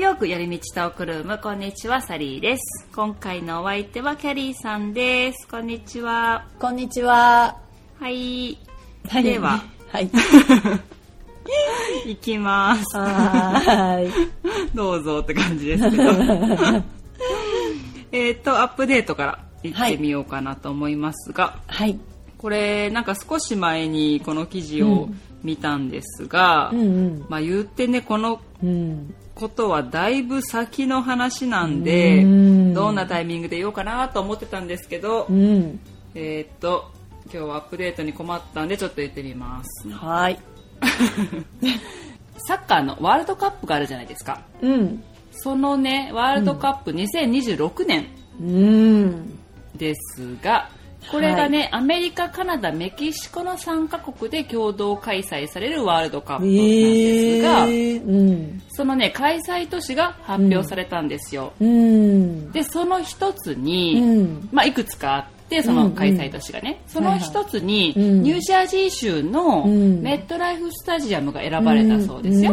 ヨーク寄り道トークルーム、こんにちは、サリーです。今回のお相手はキャリーさんです。こんにちは。 こんにちは。 はい。 はい、 では、 はい。 いきます。 はい。 どうぞって感じですけど。アップデートからいってみようかなと思いますが、 はい。 これなんか少し前にこの記事を見たんですが、まあ言ってね、このことはだいぶ先の話なんで、どんなタイミングで言おうかなと思ってたんですけど、今日はアップデートに困ったんでちょっと言ってみます。 はい。 サッカーのワールドカップがあるじゃないですか。そのね、ワールドカップ2026年ですが、これがね、アメリカ、カナダ、メキシコの3カ国で共同開催されるワールドカップなんですが、そのね、開催都市が発表されたんですよ。で、その一つに、まあ、いくつかあって、その開催都市がね、その一つに、ニュージャージー州のメットライフスタジアムが選ばれたそうですよ。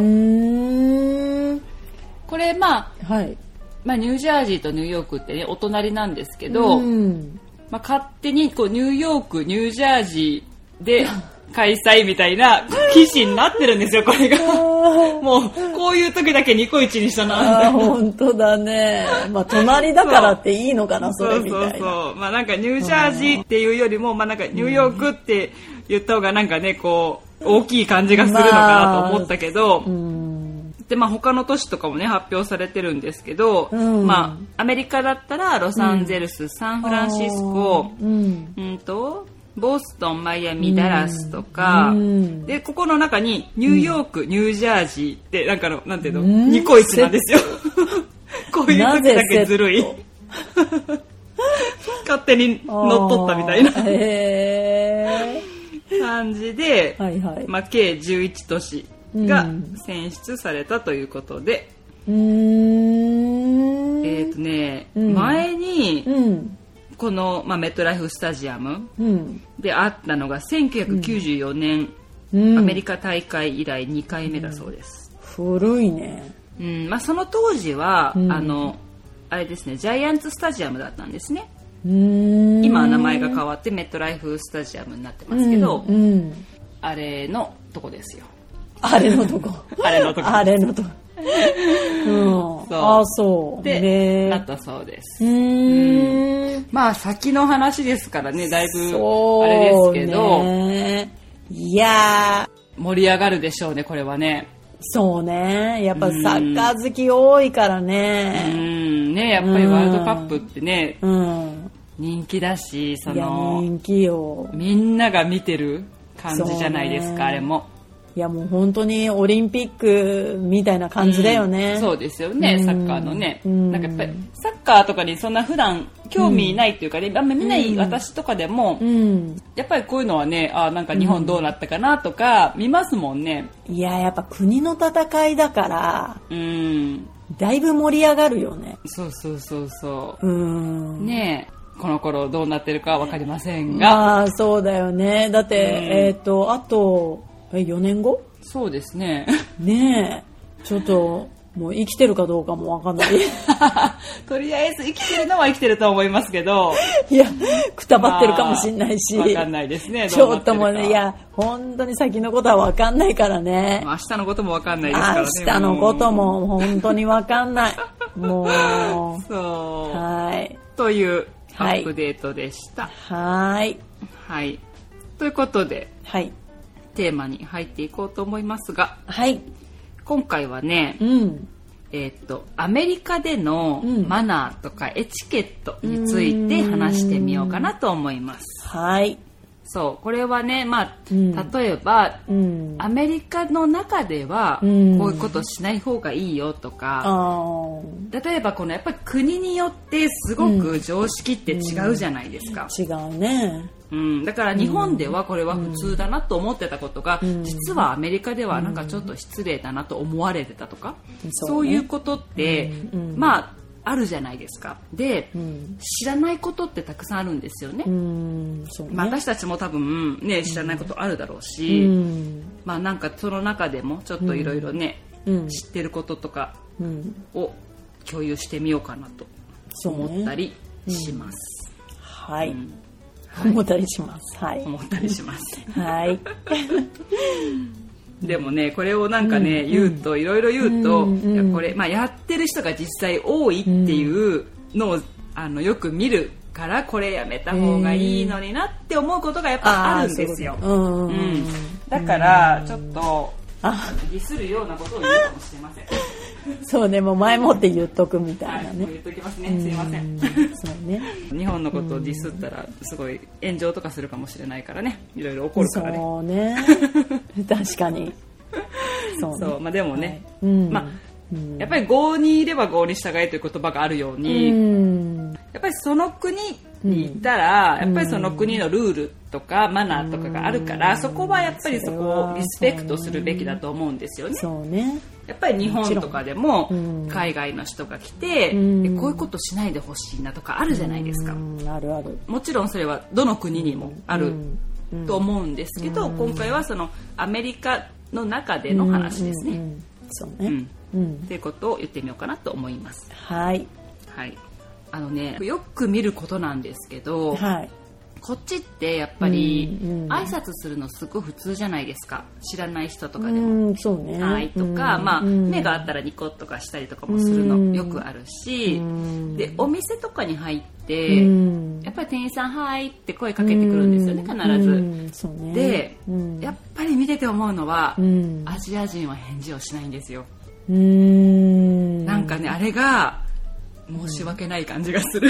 これ、まあ、ニュージャージーとニューヨークってね、お隣なんですけど、まあ、勝手にこうニューヨーク、ニュージャージーで開催みたいな記事になってるんですよ、これが。もう、こういう時だけニコイチにしたな。 本当だね。まあ、隣だからっていいのかな、それみたいな。 そう。まあ、なんかニュージャージーっていうよりも、まあ、なんかニューヨークって言った方がなんかね、こう、大きい感じがするのかなと思ったけど、で、まあ、他の都市とかもね、発表されてるんですけど、まあ、アメリカだったらロサンゼルス、サンフランシスコ、ボストン、マイアミ、ダラスとか、で、ここの中にニューヨーク、ニュージャージーって、なんかの、なんていうの、ニコイチなんですよ。こういう時だけずるい。勝手に乗っ取ったみたいな感じで、まあ、計11都市が選出されたということで、前に、この、まあ、メットライフスタジアムであったのが1994年、アメリカ大会以来2回目だそうです。 古いね。 まあ、その当時は、あれですね、ジャイアンツスタジアムだったんですね。今は名前が変わってメットライフスタジアムになってますけど、あれのとこですよ。 あれのとこ。 あれのとこ。 あれのとこ。あ、そうでなったそうです。まあ先の話ですからね、だいぶあれですけど、 いやー盛り上がるでしょうね、これはね。 そうね、やっぱサッカー好き多いからね。 ね、やっぱりワールドカップってね、人気だし、その人気よ。 みんなが見てる感じじゃないですか、あれも。 いや、もう本当にオリンピックみたいな感じだよね。 そうですよね、サッカーのね。なんかやっぱりサッカーとかにそんな普段興味ないっていうかね、あんまり見ない私とかでも、やっぱりこういうのはね、なんか日本どうなったかなとか見ますもんね。 いや、やっぱ国の戦いだから、だいぶ盛り上がるよね。 そう。ねえ。この頃どうなってるかは分かりませんが。 まあ、そうだよね。だって、あと、4年後？ そうですね。 ねえ、ちょっともう生きてるかどうかもわかんない。 とりあえず生きてるのは生きてると思いますけど。 いや、くたばってるかもしれないし。 わかんないですね。 ちょっともうね、いや、本当に先のことはわかんないからね。 明日のこともわかんないですからね。 明日のことも本当にわかんない。もう。 そう。 はい。 というアップデートでした。 はい。 ということで。テーマに入っていこうと思いますが、今回はね、アメリカでのマナーとかエチケットについて話してみようかなと思います。そう、これはね、まあ、例えば、アメリカの中ではこういうことしない方がいいよとか、例えばこのやっぱり国によってすごく常識って違うじゃないですか。 違うね。 だから日本ではこれは普通だなと思ってたことが、実はアメリカではなんかちょっと失礼だなと思われてたとか、そういうことって、まああるじゃないですか。で、知らないことってたくさんあるんですよね。まあ、私たちも多分ね知らないことあるだろうし、まあなんかその中でもちょっといろいろね、 知ってることとかを共有してみようかなと思ったりします。 はい。思ったりします。はい。 思ったりします。 はい。 でもね、これをなんかね、言うと、いろいろ言うと、いやこれ、やってる人が実際多いっていうのを、よく見るから、これやめた方がいいのになって思うことがやっぱあるんですよ。だから、ちょっと、ディスるようなことを言うかもしれません。 そうね、もう前もって言っとくみたいなね。 言っときますね。すいません。 そうね。 日本のことをディスったらすごい炎上とかするかもしれないからね。いろいろ起こるからね。 そうね。確かに。 そう、でもね、やっぱり郷にいれば郷に従えという言葉があるように、やっぱりその国に行ったら、やっぱりその国のルールとかマナーとかがあるから、そこはやっぱりそこをリスペクトするべきだと思うんですよね。 そうね。 やっぱり日本とかでも海外の人が来て、こういうことしないでほしいなとかあるじゃないですか。 あるある。 もちろんそれはどの国にもあると思うんですけど、今回はそのアメリカの中での話ですね。 そうね。 っていうことを言ってみようかなと思います。 はい。 はい。よく見ることなんですけど、こっちってやっぱり挨拶するのすごい普通じゃないですか。知らない人とかでも。 そうね。 はいとか、目があったらニコッとかしたりとかもするのよくあるし、でお店とかに入って、やっぱり店員さんはいって声かけてくるんですよね、必ず。 そうね。 で、やっぱり見てて思うのは、アジア人は返事をしないんですよ。なんかね、あれが申し訳ない感じがする。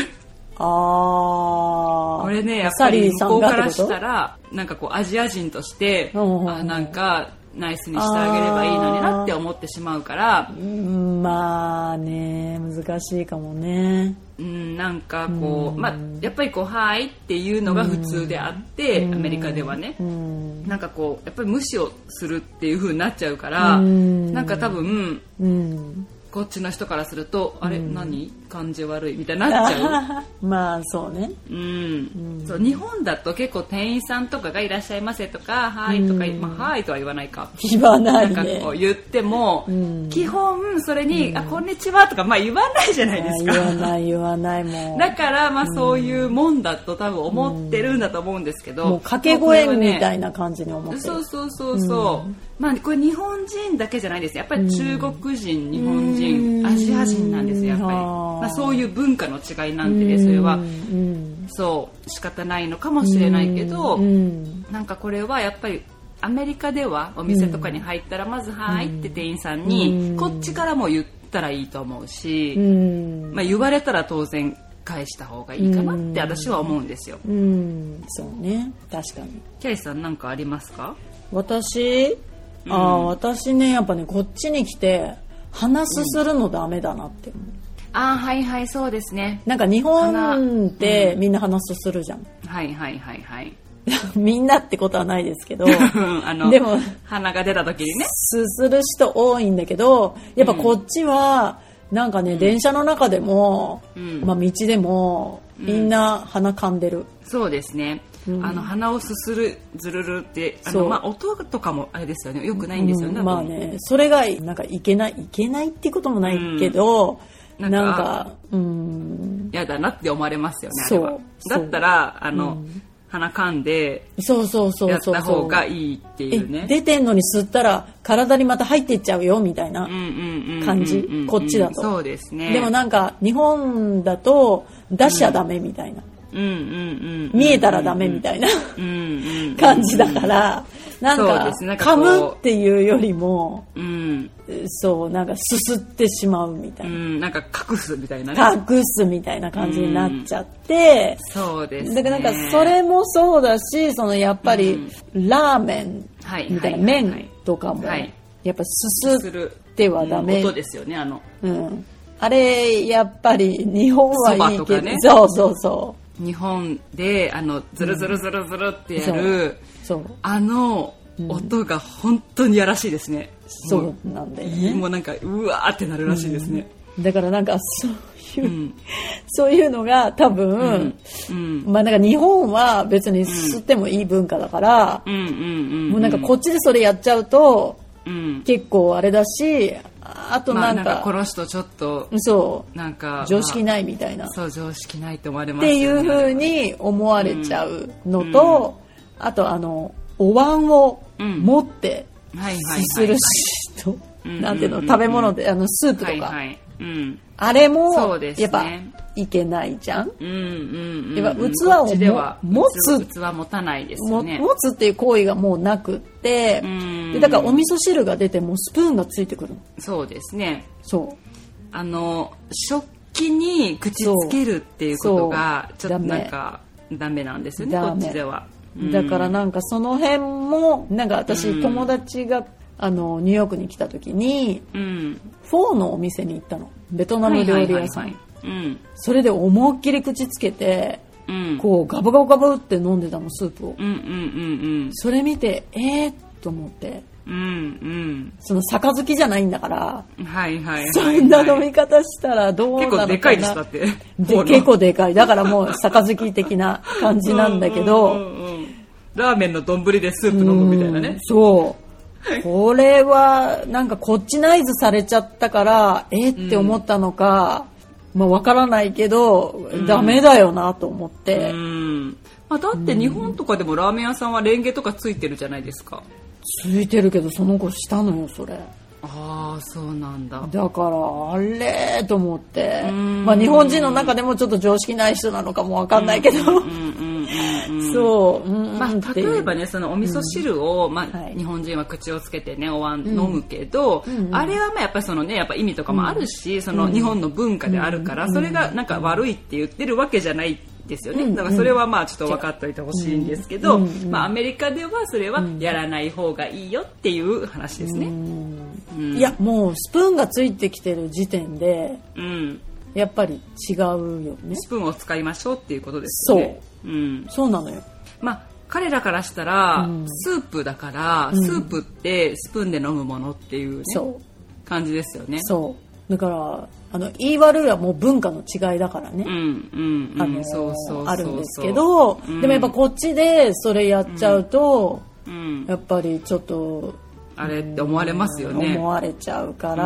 これね、やっぱり向こうからしたらなんかこうアジア人としてなんかナイスにしてあげればいいのになって思ってしまうから、 まあね、難しいかもね。 なんかこう、やっぱりこうはいっていうのが普通であって、アメリカではね、なんかこうやっぱり無視をするっていう風になっちゃうから、なんか多分、こっちの人からすると、あれ何感じ悪いみたいになっちゃう。まあそうね。 そう、日本だと結構店員さんとかがいらっしゃいませとか、はいとか、はいとは言わないか。 言わないね。 なんかこう言っても、基本それに、こんにちはとか言わないじゃないですか。 言わないもん。 だからそういうもんだと多分思ってるんだと思うんですけど。 もう掛け声みたいな感じに思ってる。 そう。これ日本人だけじゃないです。やっぱり中国人、日本人、アジア人なんですよ、やっぱり。そういう文化の違いなんてね、それは、そう仕方ないのかもしれないけど、なんかこれはやっぱりアメリカではお店とかに入ったらまずはいって店員さんにこっちからも言ったらいいと思うし、言われたら当然返した方がいいかなって私は思うんですよ。 そうね、確かに。 キャリーさんなんかありますか？ 私ね、やっぱね、こっちに来て話するのダメだなって思う。 はいそうですね。 なんか日本ってみんな話するじゃん。 はいみんなってことはないですけどでも鼻が出た時にねする人多いんだけど、やっぱこっちはなんかね、電車の中でも、道でもみんな鼻噛んでる。 そうですね。鼻をすするずるるって音とかもあれですよね、よくないんですよね。 それがなんかいけないっていうこともないけど、なんかやだなって思われますよね。あれはだったら鼻噛んでやった方がいいっていうね。 出てんのに吸ったら体にまた入っていっちゃうよみたいな感じ、こっちだと。 そうですね。 でもなんか日本だと出しちゃダメみたいな、見えたらダメみたいな感じだから、なんか噛むっていうよりも、そうなんかすすってしまうみたいな、 なんか隠すみたいなね、隠すみたいな感じになっちゃって、 そうですね。 だからなんかそれもそうだし、そのやっぱりラーメンみたいな麺とかもやっぱすすってはダメ。 音ですよね、 あれやっぱり日本はいいけど、ね、そう日本でズルズルズルズルってやる、音が本当にやらしいですね。 そうなんだよね。 もうなんかうわーってなるらしいですね。 だからなんかそういうのが多分、なんか日本は別に吸ってもいい文化だから、もうなんかこっちでそれやっちゃうと、 結構あれだし、あとなんか、 この人ちょっとそうなんか常識ないみたいな、 そう常識ないと思われますよねっていう風に思われちゃうのと、あとお椀を持ってする人、なんていうの、食べ物でスープとか、あれもやっぱいけないじゃん。やっぱ器を持つ、 器持たないですよね。 持つっていう行為がもうなくって、でだからお味噌汁が出てもスプーンがついてくるの。 そうですね。 そう食器に口つけるっていうことがちょっとなんかダメなんですよね、こっちでは。 だからなんかその辺もなんか私、友達がニューヨークに来た時に、フォーのお店に行ったの、ベトナム料理屋さん。それで思いっきり口つけて、こうガブガブガブって飲んでたの、スープを。それ見てと思って、その杯じゃないんだから、そんな飲み方したらどうなのかな。 結構でかいでしたって。 結構でかい。だからもう杯的な感じなんだけど、 ラーメンの丼でスープ飲むみたいなね。 そう。これはなんかこっちナイズされちゃったからって思ったのか、わからないけど、ダメだよなと思って。 だって日本とかでもラーメン屋さんはレンゲとかついてるじゃないですか。 ついてるけどその子したのよ、それ。 ああ、そうなんだ。 だからあれと思って、日本人の中でもちょっと常識ない人なのかもわかんないけど、そう、 例えばね、そのお味噌汁を、日本人は口をつけてねお椀飲むけど、あれはやっぱりそのね、やっぱ意味とかもあるし、その日本の文化であるから、それがなんか悪いって言ってるわけじゃないですよね。だからそれはちょっと分かっておいてほしいんですけど、アメリカではそれはやらない方がいいよっていう話ですね。 いや、もうスプーンがついてきてる時点で、やっぱり違うよね。 スプーンを使いましょうっていうことですよね。 そうなのよ。 彼らからしたら、スープだから、スープってスプーンで飲むものっていう、ね、感じですよね。 そうだから言い悪いはもう文化の違いだからね、あるんですけど、でもやっぱこっちでそれやっちゃうと、やっぱりちょっとあれって思われますよね。 思われちゃうから、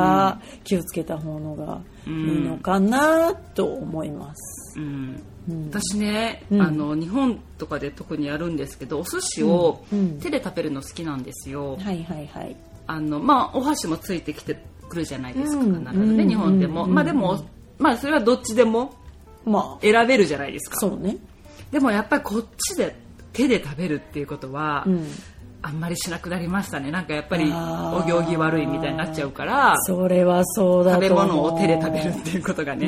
気をつけた方のがいいのかなと思います。 私ね、日本とかで特にやるんですけど、お寿司を手で食べるの好きなんですよ。お箸もついてきてくるじゃないですか、必ずね、日本でも。でもそれはどっちでも選べるじゃないですか。 そうね。 でもやっぱりこっちで手で食べるっていうことは、あんまりしなくなりましたね。なんかやっぱりお行儀悪いみたいになっちゃうから、 それはそうだと思う。 食べ物を手で食べるっていうことがね。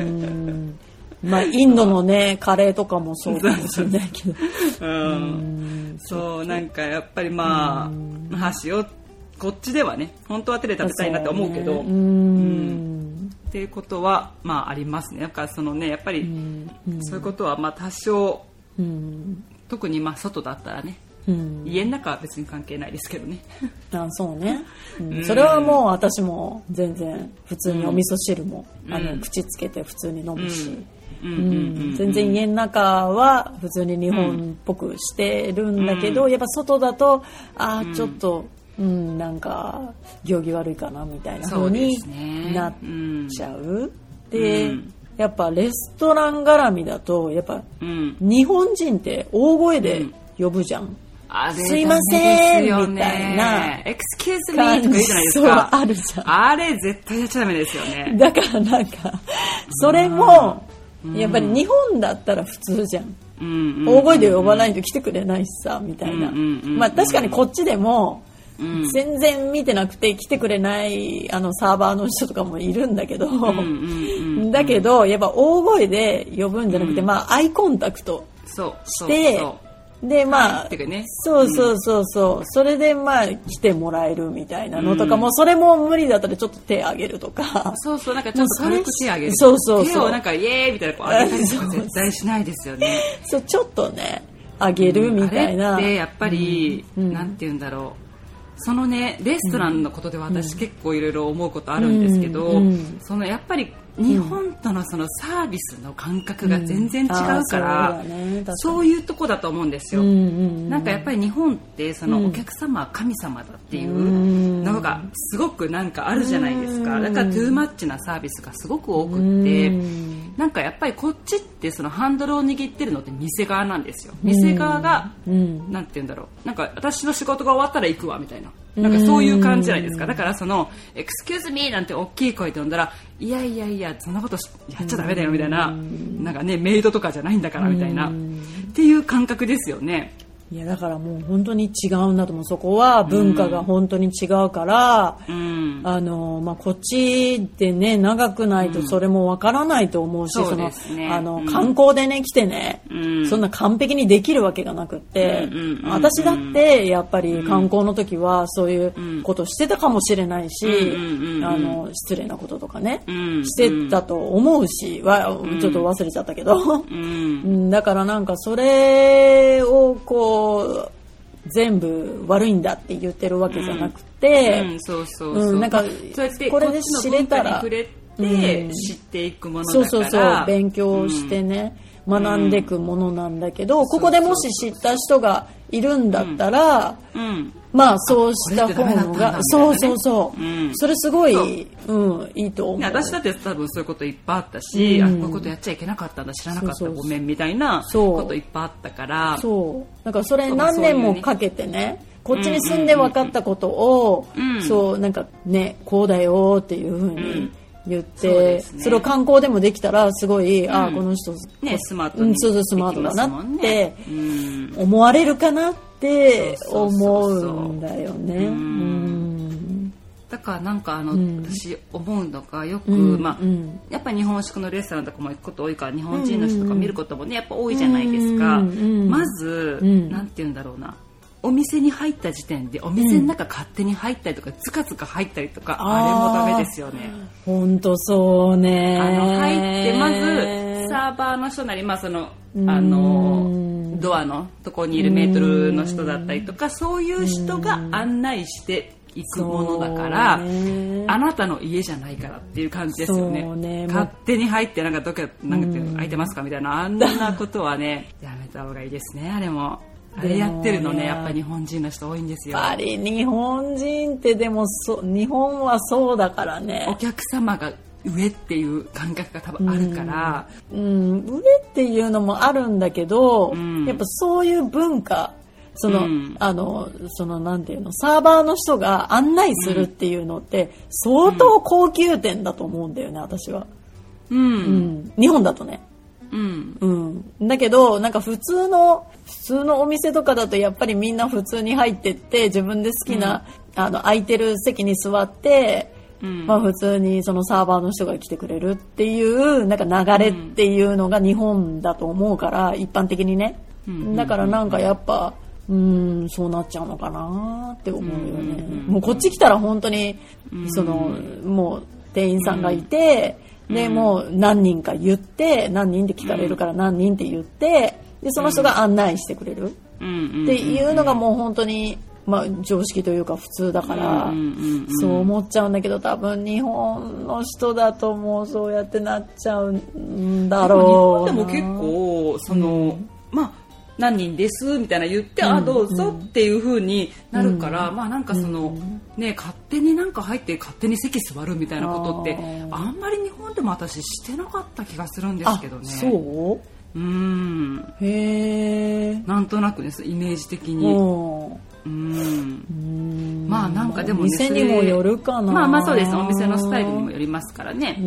インドのねカレーとかもそうかもしれないけど、 そうなんかやっぱり箸をこっちではね、本当は手で食べたいなって思うけど、っていうことはありますね。だからそのね、やっぱりそういうことは多少、特に外だったらね、家の中は別に関係ないですけどね。 そうね、それはもう私も全然普通にお味噌汁も、口つけて普通に飲むし、全然家の中は普通に日本っぽくしてるんだけど、やっぱ外だとちょっと、なんか行儀悪いかなみたいな風になっちゃう。で、やっぱレストラン絡みだとやっぱ、日本人って大声で呼ぶじゃん。すいませんみたいな Excuse me とか言うじゃないですか。 あるじゃん。 あれ絶対やっちゃダメですよね。 だからなんかそれもやっぱり日本だったら普通じゃん。大声で呼ばないと来てくれないしさみたいな。確かにこっちでも全然見てなくて来てくれないサーバーの人とかもいるんだけど、だけどやっぱ大声で呼ぶんじゃなくて、アイコンタクトしてでそれで来てもらえるみたいなのとかも、それも無理だったらちょっと手あげるとか、 なんかちょっと軽く手あげる、手をなんかイエーイみたいなこう上げたりとか絶対しないですよね。 そうちょっとねあげるみたいな。 あれってやっぱり、なんて言うんだろう、そのねレストランのことで私結構いろいろ思うことあるんですけど、そのやっぱり日本とのそのサービスの感覚が全然違うから、そういうとこだと思うんですよ。なんかやっぱり日本ってそのお客様は神様だっていうのがすごくなんかあるじゃないですか。だからトゥーマッチなサービスがすごく多くって、なんかやっぱりこっちってそのハンドルを握ってるのって店側なんですよ。店側がなんて言うんだろう、なんか私の仕事が終わったら行くわみたいな、なんかそういう感じじゃないですか。だからそのエクスキューズミーなんて大きい声で呼んだら、いやいやいやそんなことやっちゃダメだよみたいな、なんかねメイドとかじゃないんだからみたいなっていう感覚ですよね。 いやだからもう本当に違うんだと思う。そこは文化が本当に違うから、こっちでね長くないとそれもわからないと思うし、その観光でね来てね、そんな完璧にできるわけがなくって、私だってやっぱり観光の時はそういうことしてたかもしれないし、失礼なこととかね、してたと思うしはちょっと忘れちゃったけど、だからなんかそれをこう全部悪いんだって言ってるわけじゃなくて、なんかこれで知れたら、 触れて知っていくものだから、 そう勉強してね、学んでいくものなんだけど、ここでもし知った人がいるんだったら、まあそうした方が、それすごい、いいと思う。 私だって多分そういうこといっぱいあったし、こういうことやっちゃいけなかったんだ、知らなかったごめんみたいなこといっぱいあったから、 だからそれ何年もかけてね、こっちに住んで分かったことを、そうなんかねこうだよっていう風に言って、それを観光でもできたらすごい、この人ねスマートにスマートだなって思われるかなって思うんだよね。 だからなんか私思うのがよく、やっぱり日本食のレストランとかも行くこと多いから、日本人の人とか見ることもねやっぱ多いじゃないですか。まずなんて言うんだろうな、お店に入った時点でお店の中勝手に入ったりとかつかつか入ったりとか、あれもダメですよね。 本当そうね。 入ってまずサーバーの人なり、そのドアのとこにいるメートルの人だったりとか、そういう人が案内していくものだから、あなたの家じゃないからっていう感じですよね。勝手に入ってなんかどこなんか空いてますかみたいな、あんなことはねやめた方がいいですね。あれやってるのね、やっぱり日本人の人多いんですよ。 やっぱり日本人ってでも日本はそうだからね。 お客様が上っていう感覚が多分あるから、 上っていうのもあるんだけど、やっぱそういう文化、そのなんていうの、サーバーの人が案内するっていうのって相当高級店だと思うんだよね、私は。日本だとね。だけどなんか普通のお店とかだとやっぱりみんな普通に入ってって自分で好きな、空いてる席に座って、普通にそのサーバーの人が来てくれるっていうなんか流れっていうのが日本だと思うから、一般的にね。だからなんかやっぱそうなっちゃうのかなって思うよね。もうこっち来たら本当にもう店員さんがいて、でもう何人か言って、何人って聞かれるから何人って言って、でその人が案内してくれるっていうのがもう本当に常識というか普通だから、そう思っちゃうんだけど、多分日本の人だともうそうやってなっちゃうんだろうな。 日本でも結構何人ですみたいな言って、どうぞっていう風になるから、なんか勝手になんか入って勝手に席座るみたいなことってあんまり日本でも私してなかった気がするんですけどね。 そう？へー。 なんとなくです、イメージ的に。なんかでもね、 店にもよるかな。 そうです、お店のスタイルにもよりますからね。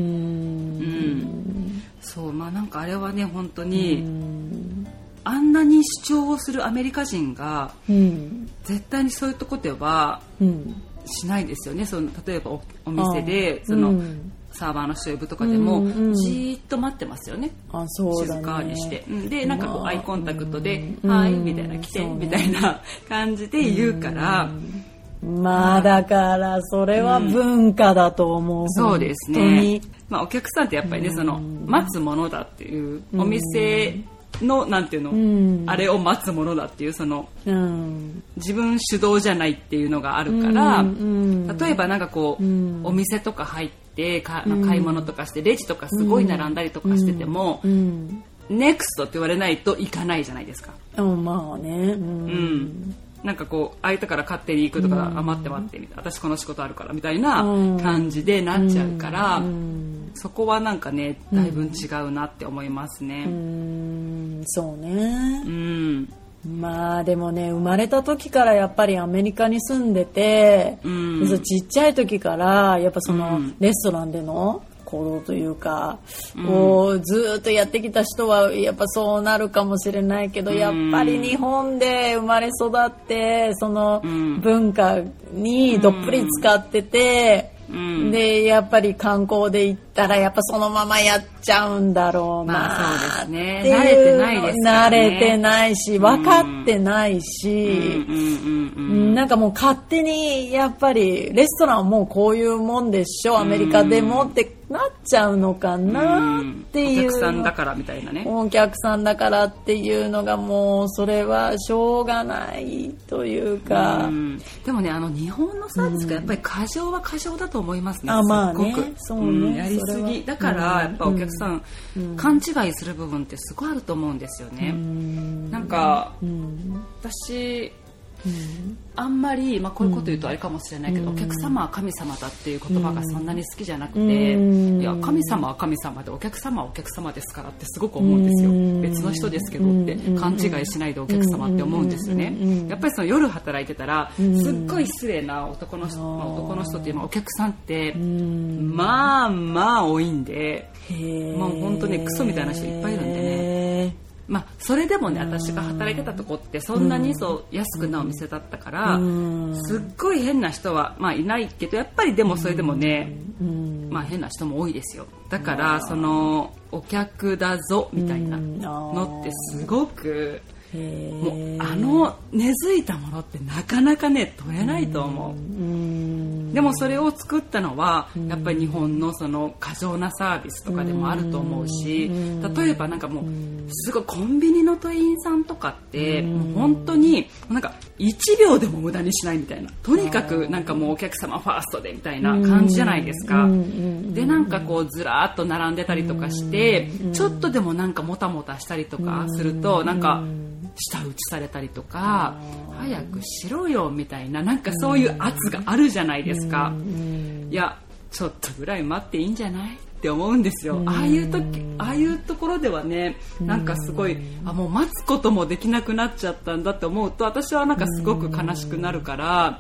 そう、なんかあれはね本当にあんなに主張をするアメリカ人が、絶対にそういうとこではしないですよね。例えば お店でサーバーの人呼ぶとかでも、じーっと待ってますよね。 そうだね。 静かにして、でなんかこうアイコンタクトではいみたいな、来てみたいな感じで言うから、 だからそれは文化だと思う。 そうですね。お客さんってやっぱりね、待つものだっていうお店のなんていうの、あれを待つものだっていう自分主導じゃないっていうのがあるから、例えばなんかこう、お店とか入って買い物とかしてレジとかすごい並んだりとかしてても、ネクストって言われないと行かないじゃないですか。 なんかこう相手から勝手に行くとか、待ってみたいな、私この仕事あるからみたいな感じでなっちゃうから、そこはなんかねだいぶ違うなって思いますね。 そうね。まあでもね、生まれた時からやっぱりアメリカに住んでて、ちっちゃい時からやっぱそのレストランでの行動というか、をずっとやってきた人はやっぱそうなるかもしれないけど、やっぱり日本で生まれ育ってその文化にどっぷり使ってて、でやっぱり観光で行ったらやっぱそのままやっちゃうんだろうなっていう、慣れてないですからね。慣れてないし分かってないし、なんかもう勝手にやっぱりレストランはもうこういうもんでしょアメリカでもってなっちゃうのかなっていう、 お客さんだからみたいなね、 お客さんだからっていうのがもうそれはしょうがないというか、 でもね日本のサービスがやっぱり過剰は過剰だと思いますね。 まあね、そうね、 やりすぎだからやっぱお客さん勘違いする部分ってすごいあると思うんですよね。なんか私あんまり、こういうこと言うとあれかもしれないけど、お客様は神様だっていう言葉がそんなに好きじゃなくて、いや神様は神様でお客様はお客様ですからってすごく思うんですよ。別の人ですけどって勘違いしないでお客様って思うんですよね。やっぱりその夜働いてたらすっごい失礼な男の人、男の人っていうお客さんってまあ多いんで、本当にクソみたいな人いっぱいいるんでね。それでもね、私が働いてたとこってそんなに安くなお店だったから、すっごい変な人はいないけど、やっぱりでもそれでもね、変な人も多いですよ。だからそのお客だぞみたいなのってすごくもう根付いたものってなかなかね取れないと思う。でもそれを作ったのはやっぱり日本のその過剰なサービスとかでもあると思うし、例えばなんかもうすごいコンビニの店員さんとかってもう本当になんか1秒でも無駄にしないみたいな、とにかくなんかもうお客様ファーストでみたいな感じじゃないですか。でなんかこうずらーっと並んでたりとかしてちょっとでもなんかもたもたしたりとかするとなんか舌打ちされたりとか、早くしろよみたいな、なんかそういう圧があるじゃないですか。いやちょっとぐらい待っていいんじゃないって思うんですよ。ああいうところではね、なんかすごいもう待つこともできなくなっちゃったんだって思うと、私はなんかすごく悲しくなるから、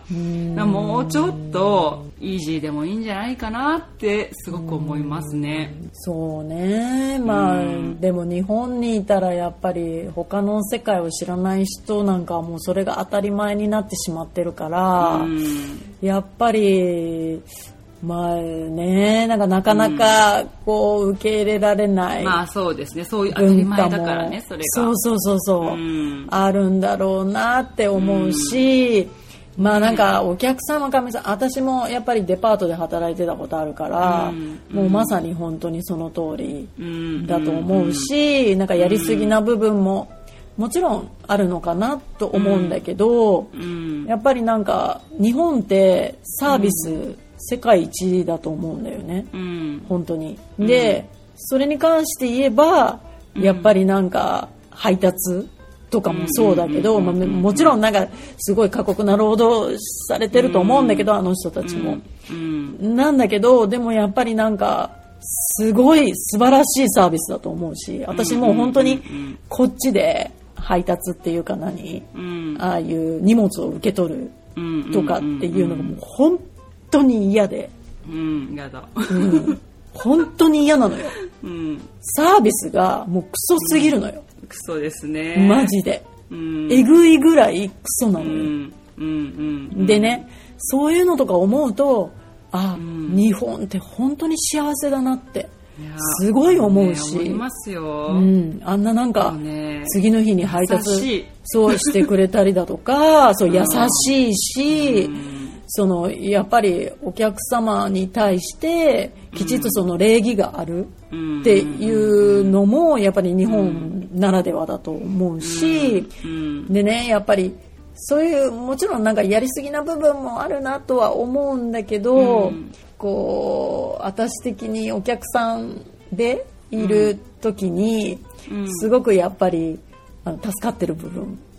もうちょっとイージーでもいいんじゃないかなってすごく思いますね。 そうね、でも日本にいたらやっぱり他の世界を知らない人なんかはもうそれが当たり前になってしまってるから、やっぱりなんかなかなかこう受け入れられない、 そうですね、そういう当たり前だからね、それがそう、あるんだろうなって思うし、なんかお客様神様、私もやっぱりデパートで働いてたことあるから、もうまさに本当にその通りだと思うし、なんかやりすぎな部分ももちろんあるのかなと思うんだけど、やっぱりなんか日本ってサービス、世界一だと思うんだよね、本当に。で、それに関して言えばやっぱりなんか配達とかもそうだけど、もちろんなんかすごい過酷な労働されてると思うんだけど、あの人たちも、なんだけど、でもやっぱりなんかすごい素晴らしいサービスだと思うし、私もう本当にこっちで配達っていうかああいう荷物を受け取るとかっていうのがもう本当に嫌で、 嫌だ、 本当に嫌なのよ、サービスがもうクソすぎるのよ、 クソですね、 マジで、えぐいぐらいクソなのよ、でね、そういうのとか思うと日本って本当に幸せだなってすごい思うし、 思いますよ、 あんななんか次の日に配達そうしてくれたりだとかそう優しいし、そのやっぱりお客様に対してきちっとその礼儀があるっていうのもやっぱり日本ならではだと思うし、でね、やっぱりそういうもちろんなんかやりすぎな部分もあるなとは思うんだけど、こう私的にお客さんでいる時にすごくやっぱり助かってる部分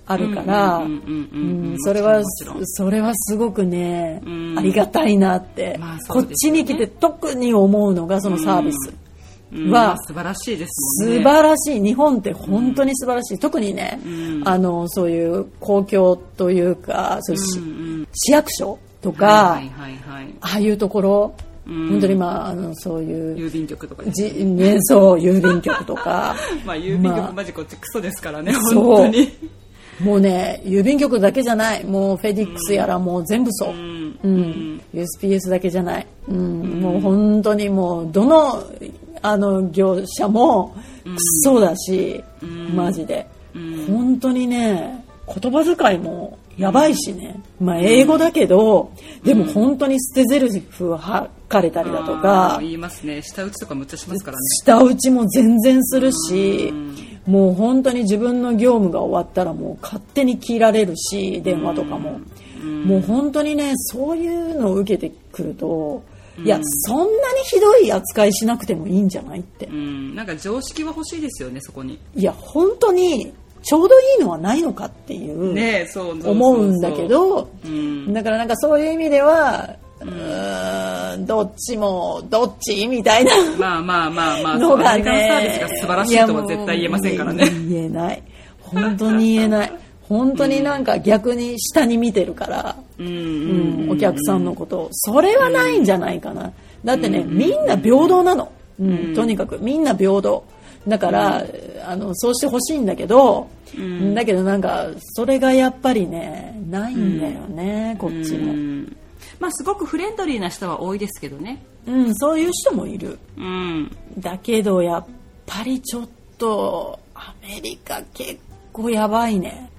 あるからそれはすごくね、ありがたいなって、こっちに来て特に思うのがそのサービスは素晴らしいですもんね。 素晴らしい。日本って本当に素晴らしい。特にね、そういう公共というかそういう市役所とか、ああいうところ、本当にそういう郵便局とかね、そう郵便局とか郵便局マジこっちクソですからね、本当に。 もうね、郵便局だけじゃない、もうフェディックスやらもう全部そう、USPS だけじゃない、もう本当にもうどの業者もクソだし、マジで本当にね、言葉遣いもやばいしね、英語だけど、でも本当に捨てゼルフを吐かれたりだとか、 言いますね、舌打ちとかむっちゃしますからね。 舌打ちも全然するし、もう本当に自分の業務が終わったらもう勝手に切られるし、電話とかも、もう本当にね、そういうのを受けてくると、いや、そんなにひどい扱いしなくてもいいんじゃないって、 なんか常識は欲しいですよね、そこに。 いや本当にちょうどいいのはないのかっていう思うんだけど、だからなんかそういう意味ではどっちみたいなのがね、 サービスが素晴らしいとは絶対言えませんからね。 言えない、本当に言えない。本当になんか逆に下に見てるから、お客さんのことを。それはないんじゃないかな。だってね、みんな平等なの、とにかくみんな平等だから、そうしてほしいんだけど、なんかそれがやっぱりねないんだよね、こっちも。 すごくフレンドリーな人は多いですけどね、 そういう人もいる、だけどやっぱりちょっとアメリカ結構やばいね。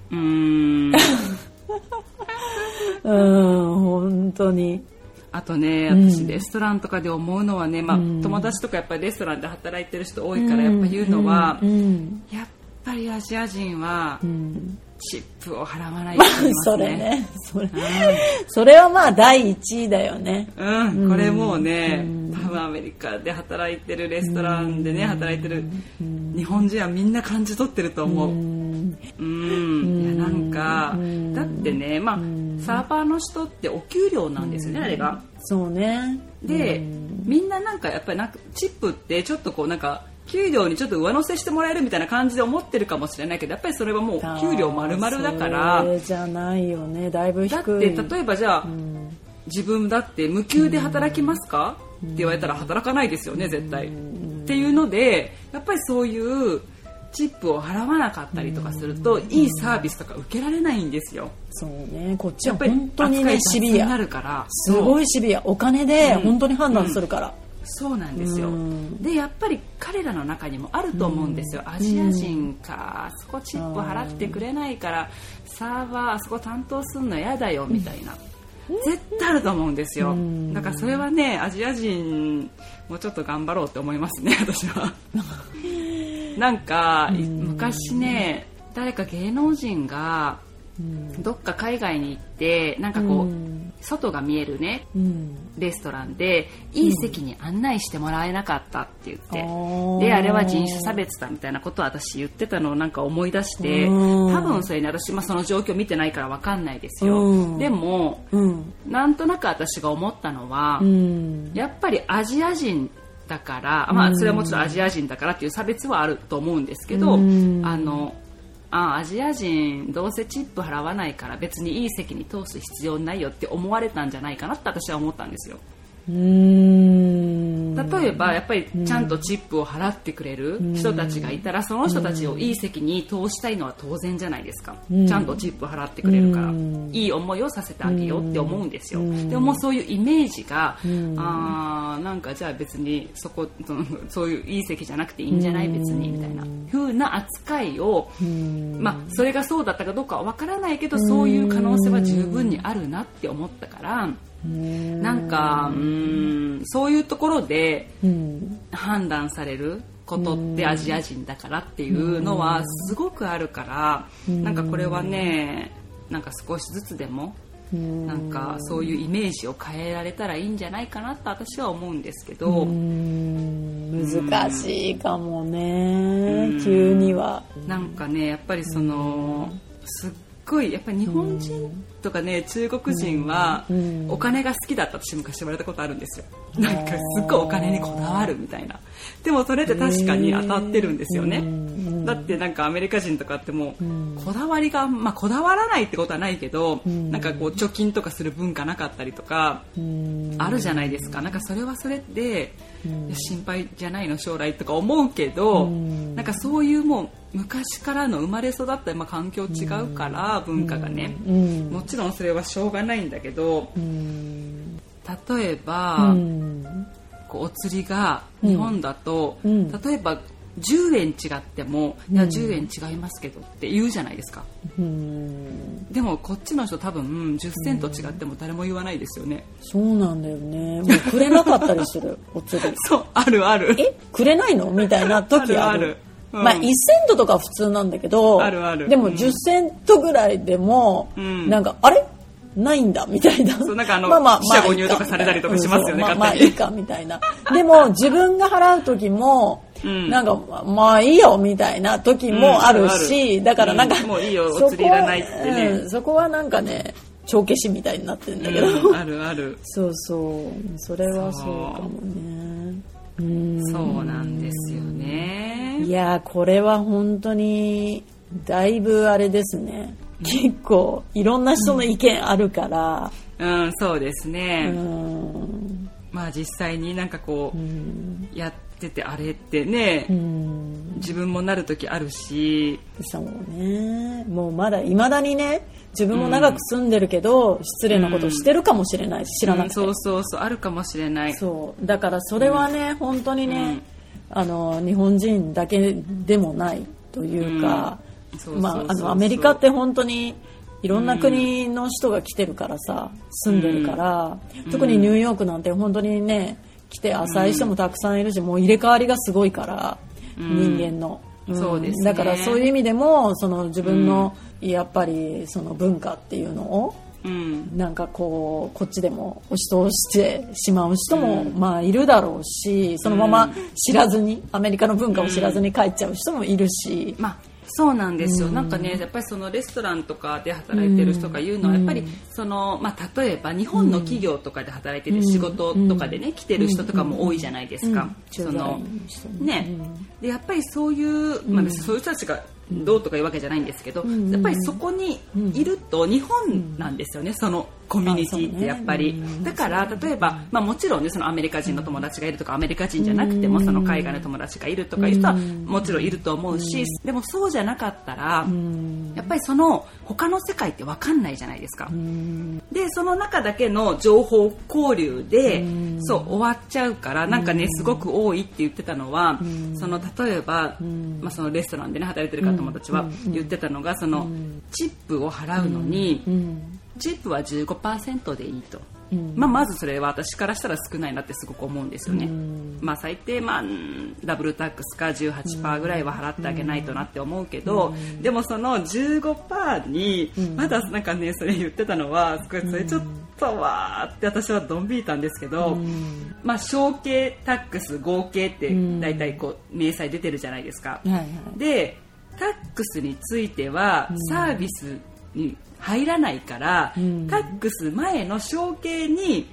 本当に。 あとね、私レストランとかで思うのはね、友達とかやっぱりレストランで働いてる人多いからやっぱ言うのは、やっぱりアジア人はチップを払わないと思いますね。 それは第一位だよね。 これもうね、多分アメリカで働いてるレストランでね働いてる日本人はみんな感じ取ってると思う。いやなんかだってね、サーバーの人ってお給料なんですよね、あれが。 そうね。 で、みんななんかやっぱりチップってちょっとこうなんか給料にちょっと上乗せしてもらえるみたいな感じで思ってるかもしれないけど、やっぱりそれはもう給料丸々だから。 それじゃないよね、だいぶ低い。 だって例えばじゃあ、自分だって無給で働きますかって言われたら働かないですよね、絶対。っていうのでやっぱりそういうチップを払わなかったりとかすると、いいサービスとか受けられないんですよ。 そうね、こっちは本当にねシビアになるから、すごいシビア、お金で本当に判断するから。 そうなんですよ。でやっぱり彼らの中にもあると思うんですよ。アジア人か、あそこチップ払ってくれないからサーバーあそこ担当するの嫌だよみたいな、絶対あると思うんですよ。だからそれはね、アジア人もうちょっと頑張ろうって思いますね、私は。なんか昔ね、誰か芸能人がどっか海外に行ってなんかこう、外が見えるね、レストランでいい席に案内してもらえなかったって言って、であれは人種差別だみたいなことを私言ってたのをなんか思い出して、多分それに私、その状況見てないから分かんないですよ。でも、なんとなく私が思ったのは、やっぱりアジア人だから、それはもちろんアジア人だからっていう差別はあると思うんですけど、アジア人どうせチップ払わないから別にいい席に通す必要ないよって思われたんじゃないかなって私は思ったんですよ。例えばやっぱりちゃんとチップを払ってくれる人たちがいたら、その人たちをいい席に通したいのは当然じゃないですか。ちゃんとチップ払ってくれるからいい思いをさせてあげようって思うんですよ。でももうそういうイメージが、なんかじゃあ別にそういういい席じゃなくていいんじゃない別にみたいな風な扱いを、それがそうだったかどうかはわからないけど、そういう可能性は十分にあるなって思ったから、なんかそういうところで判断されることってアジア人だからっていうのはすごくあるから、なんかこれはね、なんか少しずつでもなんかそういうイメージを変えられたらいいんじゃないかなと私は思うんですけど、 難しいかもね、急には。 なんかね、やっぱりそのすっごいやっぱり日本人とかね、中国人はお金が好きだったって昔言われたことあるんですよ。なんかすっごいお金にこだわるみたいな。でもそれって確かに当たってるんですよね。だってなんかアメリカ人とかってもうこだわりが、まあこだわらないってことはないけど、なんかこう貯金とかする文化なかったりとかあるじゃないですか。なんかそれはそれで心配じゃないの将来とか思うけど、なんかそういうもう昔からの生まれ育った、まあ、環境違うから文化がね、もちろんそれはしょうがないんだけど、例えば、こうお釣りが日本だと、例えば10円違っても、いや10円違いますけどって言うじゃないですか。でもこっちの人多分10セント違っても誰も言わないですよね。 そうなんだよね。もうくれなかったりするお釣り。 そう、あるある。 くれないのみたいな時ある。まあ1セントとか普通なんだけど、 あるある。 でも10セントぐらいでも、なんかあれないんだみたいな。 そう、なんか四捨五入とかされたりとかしますよね。 まあいいかみたいな。でも自分が払う時も、なんかまあいいよみたいな時もあるし、だからなんか、 もういいよお釣りいらないってね。 そこはなんかね、帳消しみたいになってるんだけど。 あるある。 そうそう、それはそうかもね。 そうなんですよね。 いやこれは本当にだいぶあれですね。結構いろんな人の意見あるから。 そうですね。まあ実際になんかこうやっててあれってね、自分もなる時あるし。 そうね。もうまだ未だにね、自分も長く住んでるけど、失礼なことしてるかもしれないし、知らなくて。 そうそうそう、あるかもしれない。 そうだからそれはね、本当にね、日本人だけでもないというか、まあアメリカって本当にいろんな国の人が来てるからさ、住んでるから、特にニューヨークなんて本当にね、来て浅い人もたくさんいるし、もう入れ替わりがすごいから、人間の。 そうですね。 だからそういう意味でもその自分のやっぱりその文化っていうのを、なんかこっちでも押し通してしまう人もまあいるだろうし、そのまま知らずにアメリカの文化を知らずに帰っちゃう人もいるし、 そうなんですよ。なんかね、やっぱりそのレストランとかで働いてる人が言うのは、やっぱりその、まあ、例えば日本の企業とかで働いてて仕事とかでね、来てる人とかも多いじゃないですか。そのね、でやっぱりそういう、まあ、そういう人たちがどうとかいうわけじゃないんですけど、やっぱりそこにいると日本なんですよね、そのコミュニティってやっぱり。だから例えば、まあ、もちろんね、そのアメリカ人の友達がいるとか、アメリカ人じゃなくてもその海外の友達がいるとかいう人はもちろんいると思うし、でもそうじゃなかったらやっぱりその他の世界って分かんないじゃないですか。でその中だけの情報交流でそう終わっちゃうから、なんかねすごく多いって言ってたのは、その例えば、まあ、そのレストランでね働いてる方友達は言ってたのが、そのチップを払うのに、チップは 15% でいいと。まあ、まずそれは私からしたら少ないなってすごく思うんですよね。まあ、最低、まあ、ダブルタックスか 18% ぐらいは払ってあげないとなって思うけど、でもその 15% にまだなんかねそれ言ってたのはそれちょっとわーって私はドン引いたんですけど、まあ、小計タックス合計って大体こう明細出てるじゃないですか。でタックスについてはサービスに入らないから、タックス前の小計に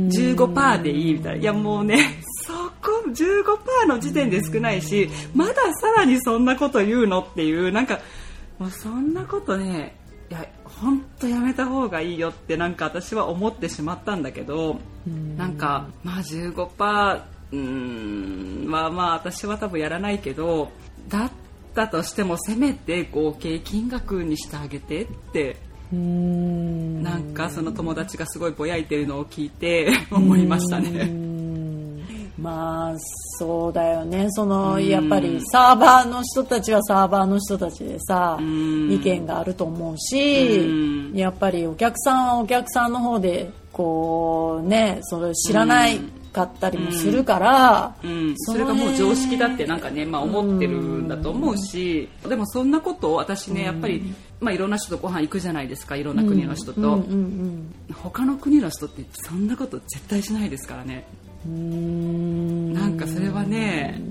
15% でいいみたいな。いやもうね、そこ 15% の時点で少ないし、まださらにそんなこと言うのっていう、なんかもうそんなことね、いや本当やめた方がいいよってなんか私は思ってしまったんだけど、なんかまあ 15% はまあ私は多分やらないけど、だったとしてもせめて合計金額にしてあげてってなんかその友達がすごいぼやいてるのを聞いて思いましたね。 まあそうだよね。そのやっぱりサーバーの人たちはサーバーの人たちでさ、意見があると思うし、やっぱりお客さんはお客さんの方でこうね、それ知らないかったりもするから、 それがもう常識だってなんかね、まあ、思ってるんだと思うし、でもそんなことを私ねやっぱり、まあ、いろんな人とご飯行くじゃないですか、いろんな国の人と、他の国の人ってそんなこと絶対しないですからね。なんかそれはね、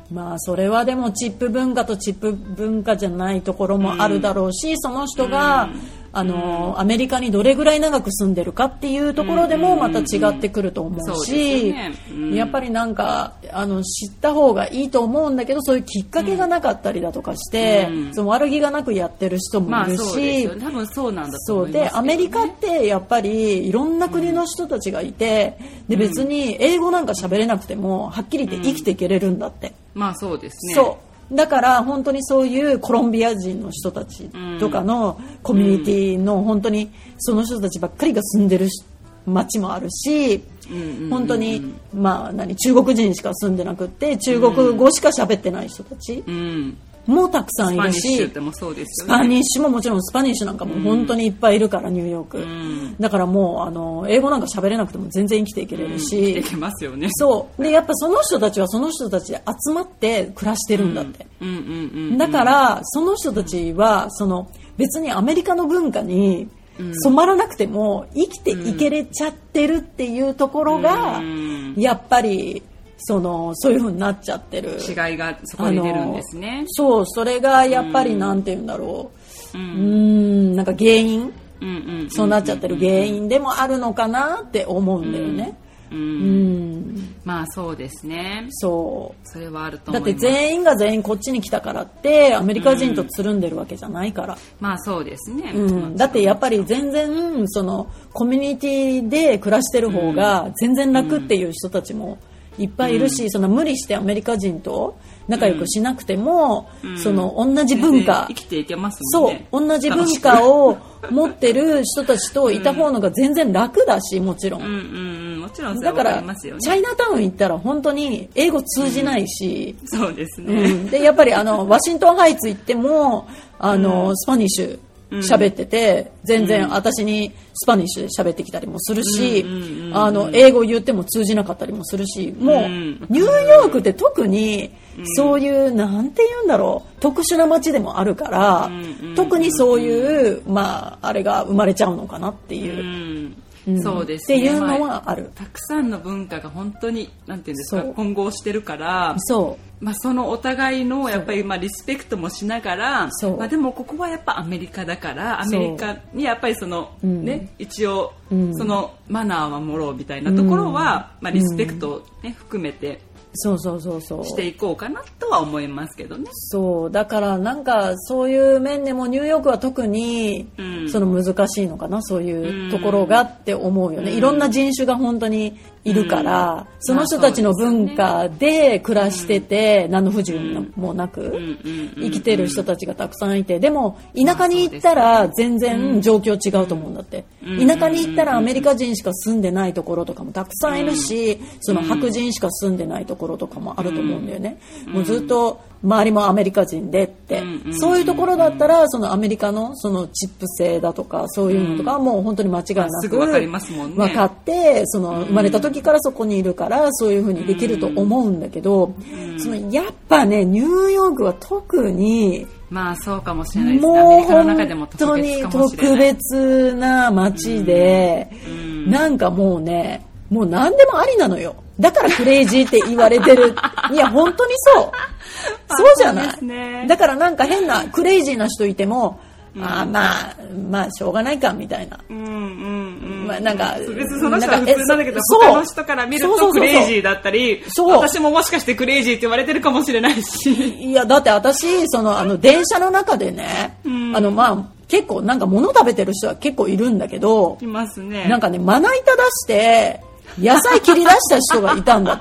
まあそれはでもチップ文化とチップ文化じゃないところもあるだろうし、その人がアメリカにどれぐらい長く住んでるかっていうところでもまた違ってくると思うし、やっぱりなんか知った方がいいと思うんだけど、そういうきっかけがなかったりだとかして、その悪気がなくやってる人もいるし、 多分そうなんだと思いますけどね。そうでアメリカってやっぱりいろんな国の人たちがいて、で別に英語なんか喋れなくてもはっきり言って生きていけれるんだって。 まあそうですね。 そうだから本当にそういうコロンビア人の人たちとかのコミュニティの本当にその人たちばっかりが住んでる町もあるし、本当にまあ中国人しか住んでなくって中国語しか喋ってない人たちもたくさんいるし、スパニッシュももちろんスパニッシュなんかも本当にいっぱいいるからニューヨーク、だからもう英語なんか喋れなくても全然生きていけれるし、 生きていけますよね。 そうでやっぱその人たちはその人たちで集まって暮らしてるんだって、だからその人たちはその別にアメリカの文化に染まらなくても生きていけれちゃってるっていうところがやっぱりそういう風になっちゃってる違いがそこに出るんですね。 そうそれがやっぱりなんて言うんだろう、なんか原因、そうなっちゃってる原因でもあるのかなって思うんだよね。 まあそうですね。 それはあると思います。 だって全員が全員こっちに来たからってアメリカ人とつるんでるわけじゃないから、 まあそうですね、 だってやっぱり全然そのコミュニティで暮らしてる方が全然楽っていう人たちもいっぱいいるし、その無理してアメリカ人と仲良くしなくても、その同じ文化、 生きていけますもんね。 そう同じ文化を持ってる人たちといた方のが全然楽だし、もちろん、 もちろんそれはわかりますよね。 だからチャイナタウン行ったら本当に英語通じないし、 そうですね、 でやっぱりワシントンハイツ行ってもスパニッシュ喋ってて、全然私にスパニッシュで喋ってきたりもするし、英語言っても通じなかったりもするし、もうニューヨークって特にそういうなんて言うんだろう、特殊な街でもあるから、特にそういうまああれが生まれちゃうのかなっていう。 そうですね、 っていうのはある、 たくさんの文化が本当になんていうんですか、混合してるから、 そのお互いのやっぱりリスペクトもしながら、でもここはやっぱアメリカだからアメリカにやっぱり一応そのマナーを守ろうみたいなところは、リスペクトを含めてしていこうかなとは思いますけどね。 そうだからなんかそういう面でもニューヨークは特にその難しいのかな、そういうところがって思うよね。いろんな人種が本当にいるから、その人たちの文化で暮らしてて、何の不自由もなく生きてる人たちがたくさんいて、でも田舎に行ったら全然状況違うと思うんだって。田舎に行ったらアメリカ人しか住んでないところとかもたくさんいるし、その白人しか住んでないところとかもあると思うんだよね。もうずっと周りもアメリカ人でって、そういうところだったらそのアメリカのそのチップ制だとかそういうのとかはもう本当に間違いなく分かって、その生まれた時からそこにいるからそういう風にできると思うんだけど、そのやっぱねニューヨークは特にまあそうかもしれないですね。アメリカの中でも本当に特別な街で、なんかもうね、もう何でもありなのよ。だからクレイジーって言われてる。いや本当にそう。そうじゃない。ね、だからなんか変なクレイジーな人いても、まあしょうがないかみたいな。なんか別にその人は普通なんだけど、他の人から見るとクレイジーだったり、私ももしかしてクレイジーって言われてるかもしれないし。 いやだって私電車の中でね、結構なんか物食べてる人は結構いるんだけど、 いますね。 なんかねまな板出して野菜切り出した人がいたんだって。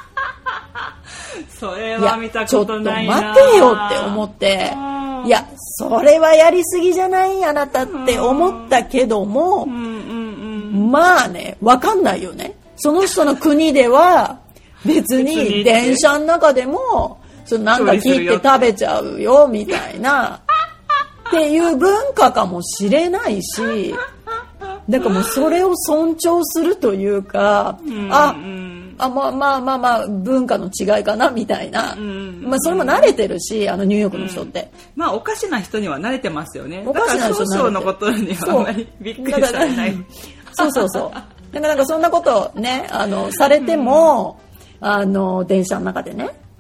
それは見たことないな。 ちょっと待てよって思って、いやそれはやりすぎじゃないあなたって思ったけども、まあねわかんないよね。その人の国では別に電車の中でもなんか切って食べちゃうよみたいなっていう文化かもしれないし、だからもうそれを尊重するというか、まあ文化の違いかなみたいな、それも慣れてるしニューヨークの人って、 おかしな人には慣れてますよね。だから少々のことにはあんまりびっくりされない。 そうだからなんかそんなことねされても電車の中でね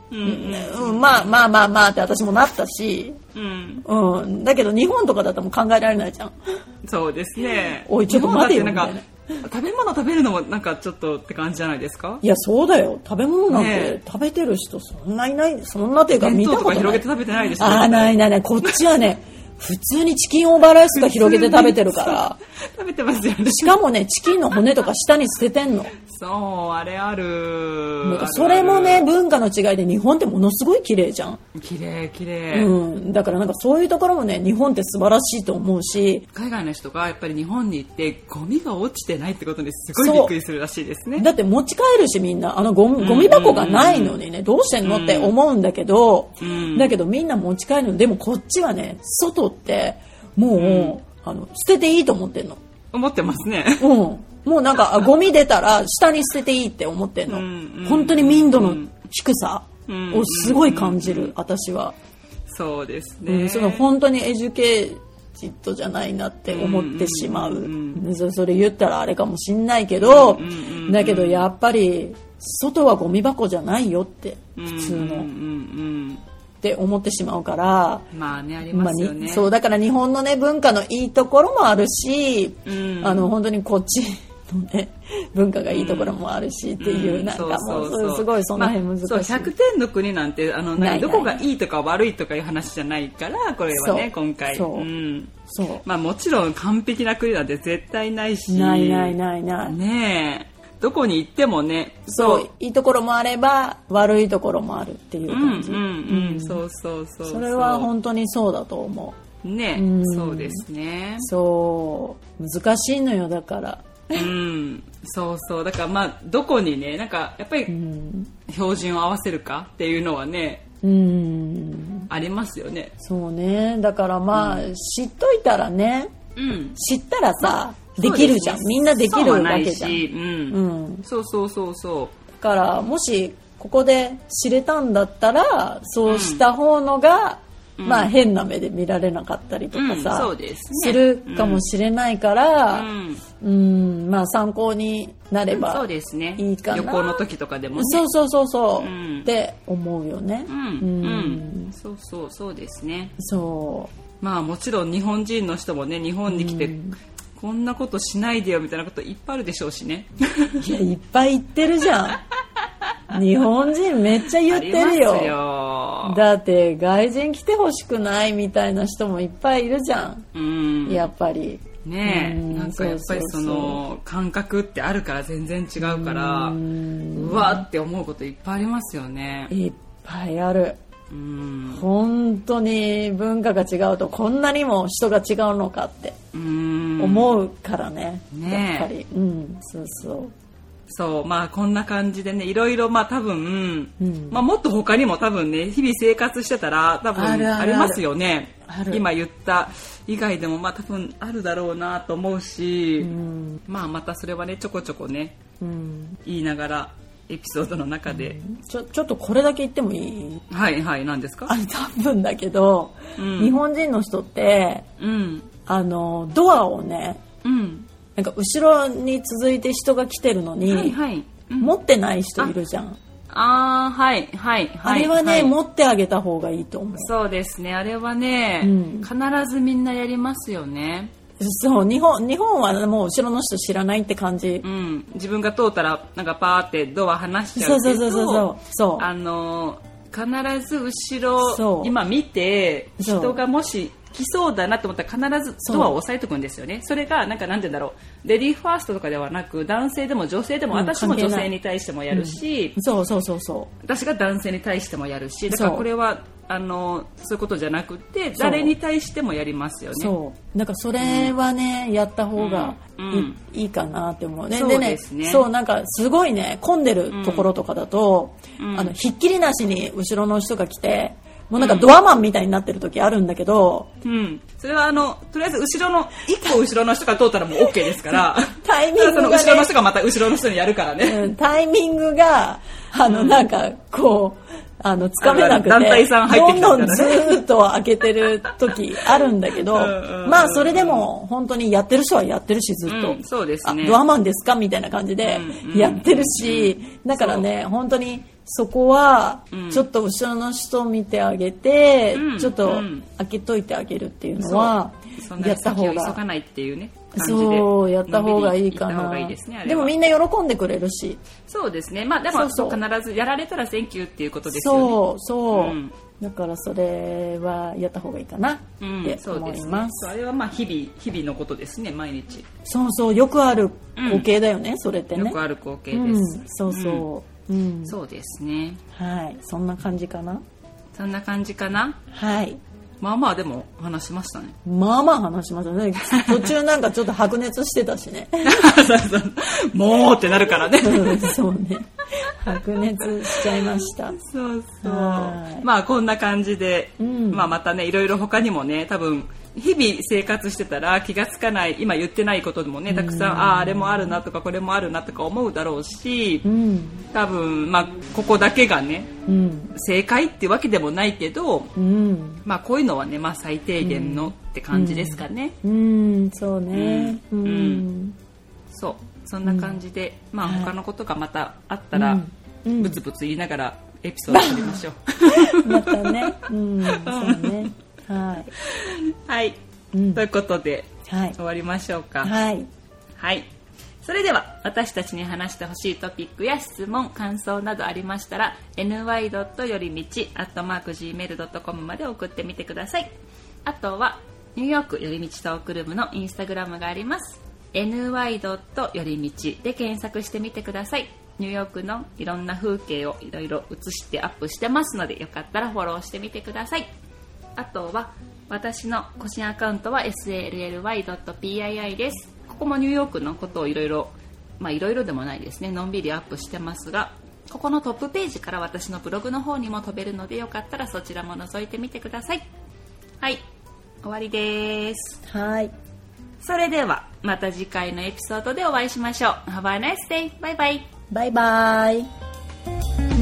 まあって私もなったし、だけど日本とかだとも考えられないじゃん。 そうですね。 おいちょっと待てよみたいな。 食べ物食べるのもなんかちょっとって感じじゃないですか。 いやそうだよ、食べ物なんて食べてる人そんないない、そんなっていうか見たことない。 弁当とか広げて食べてないでしょ。 ないこっちはね普通にチキンオーバーライスとか広げて食べてるから食べてますよね。 しかもねチキンの骨とか下に捨ててんの。 そうあれある。 それもね文化の違いで日本ってものすごい綺麗じゃん。 綺麗、 だからなんかそういうところもね日本って素晴らしいと思うし、 海外の人がやっぱり日本に行ってゴミが落ちてないってことにすごいびっくりするらしいですね。 だって持ち帰るしみんなゴミ箱がないのにねどうしてんのって思うんだけど、だけどみんな持ち帰るの。でもこっちはね外ってもう、捨てていいと思ってんの。 思ってますね。 もうなんかゴミ出たら下に捨てていいって思ってんの。本当に民度の低さをすごい感じる、私は。 そうですね。 その本当にエデュケーティッドじゃないなって思ってしまう。それ言ったらあれかもしんないけど、だけどやっぱり外はゴミ箱じゃないよって普通の。って思ってしまうから、 まあねありますよね。 そうだから日本のね文化のいいところもあるし、本当にこっちのね文化がいいところもあるしっていう、なんかもうすごいその辺難しい。 そう100点の国なんてどこがいいとか悪いとかいう話じゃないから、これはね今回そうまあもちろん完璧な国なんて絶対ないし、 ないねえ。どこに行ってもね、 そういいところもあれば悪いところもあるっていう感じ。 そうそれは本当にそうだと思うね。そうですね。 そう難しいのよだから。 そうだからまあどこにねなんかやっぱり標準を合わせるかっていうのはねありますよね。 そうね。だからまあ知っといたらね、知ったらさ。できるじゃん、みんなできるわけじゃん。 そうだからもしここで知れたんだったらそうした方のが、まあ変な目で見られなかったりとかさ、するかもしれないから、まあ参考になればいいかな。 旅行の時とかでもね。 そうって思うよね。 そうですね。 そうまあもちろん日本人の人もね日本に来て、こんなことしないでよみたいなこといっぱいあるでしょうしね。 いやいっぱい言ってるじゃん。日本人めっちゃ言ってるよ。だって外人来てほしくないみたいな人もいっぱいいるじゃん。やっぱりねえ、なんかやっぱりその感覚ってあるから全然違うから、うわって思うこといっぱいありますよね。 いっぱいある。本当に文化が違うとこんなにも人が違うのかって思うからね。やっぱりそうまあこんな感じでねいろいろまあ多分、まあもっと他にも多分ね日々生活してたら多分ありますよね。今言った以外でもまあ多分あるだろうなと思うし、まあまたそれはねちょこちょこね、言いながらエピソードの中で、 ちょっとこれだけ言ってもいい？ はい何ですか？ 多分だけど、日本人の人って、ドアをね、なんか後ろに続いて人が来てるのに、持ってない人いるじゃん。 あれはね、持ってあげた方がいいと思う。 そうですね。あれはね、必ずみんなやりますよね。 そう日本はもう後ろの人知らないって感じ。 自分が通ったらなんかパーってドア離しちゃうけど、必ず後ろ今見て人がもし来そうだなと思ったら必ずドアを押さえておくんですよね。それがなんて言うんだろう、レディーファーストとかではなく男性でも女性でも、私も女性に対してもやるし、私が男性に対してもやるし、だからこれはそういうことじゃなくて誰に対してもやりますよね。 なんかそれはね、やった方がいいかなって思うね。 そうですね。 そうなんかすごいね混んでるところとかだと、ひっきりなしに後ろの人が来て。もうなんかドアマンみたいになってる時あるんだけど、 それはとりあえず後ろの1個後ろの人が通ったらもう OK ですからタイミングが、ね、 その後ろの人がまた後ろの人にやるからね、 タイミングがなんかこうつかめなくて団体さん入ってきたからね、 どんどんずっと開けてる時あるんだけどまあそれでも本当にやってる人はやってるしずっと、 そうですね、 ドアマンですかみたいな感じでやってるし、だからね本当にそこはちょっと後ろの人を見てあげて、ちょっと開けといてあげるっていうのはやった方が、 急がないっていうね、 そうやった方がいいかな。でもみんな喜んでくれるし。 そうですね。でも必ずやられたらセンキューっていうことですよね。 そう、だからそれはやった方がいいかなって思います。 あれは日々のことですね、毎日。 そうよくある光景だよね、それってね。 よくある光景です。 そうですね。 はい、そんな感じかな。 はい。まあでも話しましたね。 まあ話しましたね。途中なんかちょっと白熱してたしね。 もうってなるからね。 そうね。白熱しちゃいました。 そうまあこんな感じで、またねいろいろ他にもね、多分日々生活してたら気がつかない、今言ってないことでもねたくさん、あれもあるなとかこれもあるなとか思うだろうし、多分ここだけがね、正解ってわけでもないけど、こういうのはね最低限のって感じですかね。 そうね。 そんな感じで、他のことがまたあったら、ブツブツ言いながらエピソード取りましょう。 またね。そうね。 はい、ということで、終わりましょうか。はい。それでは私たちに話してほしいトピックや質問、感想などありましたら ny. よりみち@gmail.com まで送ってみてください。あとはニューヨークよりみちトークルームのインスタグラムがあります。ny. よりみちで検索してみてください。ニューヨークのいろんな風景をいろいろ映してアップしてますので、よかったらフォローしてみてください。あとは私の個人アカウントは sally.pii です。ここもニューヨークのことをいろいろでもないですね、のんびりアップしてますが、ここのトップページから私のブログの方にも飛べるので、よかったらそちらも覗いてみてください。はい、終わりです。 はい。 それではまた次回のエピソードでお会いしましょう。Have a nice day. バイバイ。 バイバイ。